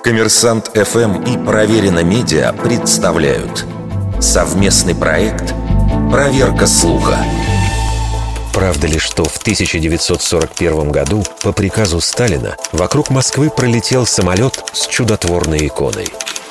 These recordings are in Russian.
Коммерсант ФМ и Проверено Медиа представляют совместный проект «Проверка слуха». Правда ли, что в 1941 году по приказу Сталина вокруг Москвы пролетел самолет с чудотворной иконой?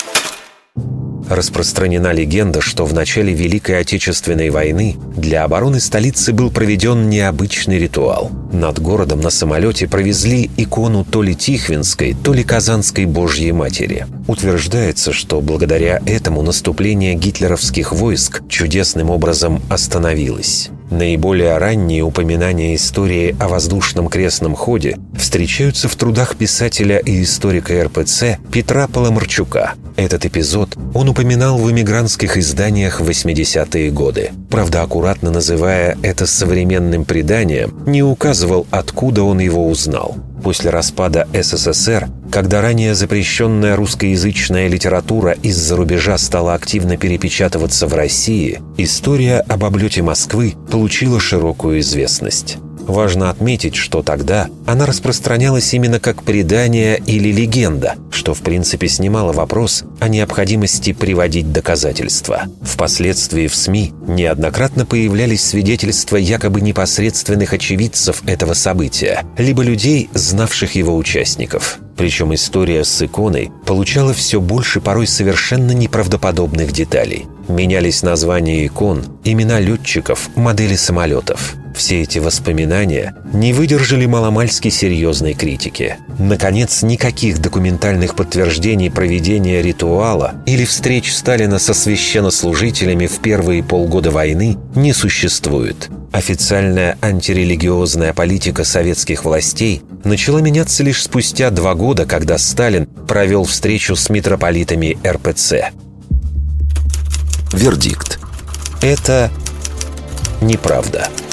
Распространена легенда, что в начале Великой Отечественной войны для обороны столицы был проведен необычный ритуал. Над городом на самолете провезли икону то ли Тихвинской, то ли Казанской Божьей Матери. Утверждается, что благодаря этому наступление гитлеровских войск чудесным образом остановилось. Наиболее ранние упоминания истории о воздушном крестном ходе встречаются в трудах писателя и историка РПЦ Петра Паламарчука. Этот эпизод он упоминал в эмигрантских изданиях в 80-е годы. Правда, аккуратно называя это современным преданием, не указывал, откуда он его узнал. После распада СССР, когда ранее запрещенная русскоязычная литература из-за рубежа стала активно перепечатываться в России, история об облете Москвы получила широкую известность. Важно отметить, что тогда она распространялась именно как предание или легенда, что в принципе снимало вопрос о необходимости приводить доказательства. Впоследствии в СМИ неоднократно появлялись свидетельства якобы непосредственных очевидцев этого события, либо людей, знавших его участников. Причем история с иконой получала все больше порой совершенно неправдоподобных деталей. Менялись названия икон, имена летчиков, модели самолетов. Все эти воспоминания не выдержали маломальски серьезной критики. Наконец, никаких документальных подтверждений проведения ритуала или встреч Сталина со священнослужителями в первые полгода войны не существует. Официальная антирелигиозная политика советских властей начала меняться лишь спустя 2 года, когда Сталин провел встречу с митрополитами РПЦ. Вердикт. Это неправда.